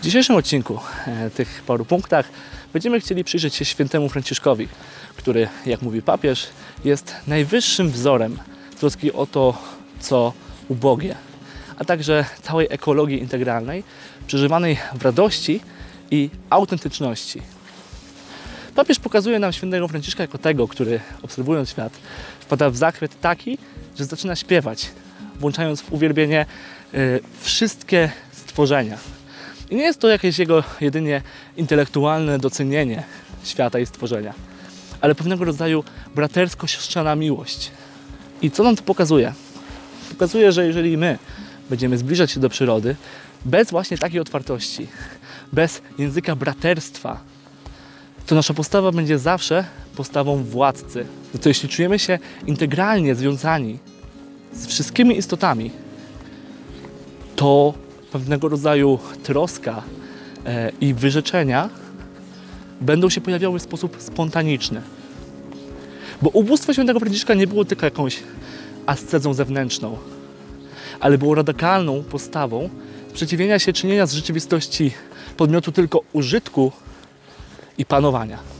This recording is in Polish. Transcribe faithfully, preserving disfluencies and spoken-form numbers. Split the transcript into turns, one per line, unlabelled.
dzisiejszym odcinku, e, tych paru punktach, będziemy chcieli przyjrzeć się świętemu Franciszkowi, który, jak mówi papież, jest najwyższym wzorem troski o to, co ubogie, a także całej ekologii integralnej, przeżywanej w radości i autentyczności. Papież pokazuje nam świętego Franciszka jako tego, który, obserwując świat, wpada w zachwyt taki, że zaczyna śpiewać, włączając w uwielbienie y, wszystkie stworzenia. I nie jest to jakieś jego jedynie intelektualne docenienie świata i stworzenia, ale pewnego rodzaju bratersko-siostrzana miłość. I co nam to pokazuje? Pokazuje, że jeżeli my będziemy zbliżać się do przyrody bez właśnie takiej otwartości, bez języka braterstwa, to nasza postawa będzie zawsze postawą władcy. No to jeśli czujemy się integralnie związani z wszystkimi istotami, to pewnego rodzaju troska e, i wyrzeczenia będą się pojawiały w sposób spontaniczny. Bo ubóstwo świętego Franciszka nie było tylko jakąś ascezą zewnętrzną, ale było radykalną postawą sprzeciwienia się czynienia z rzeczywistości podmiotu tylko użytku i panowania.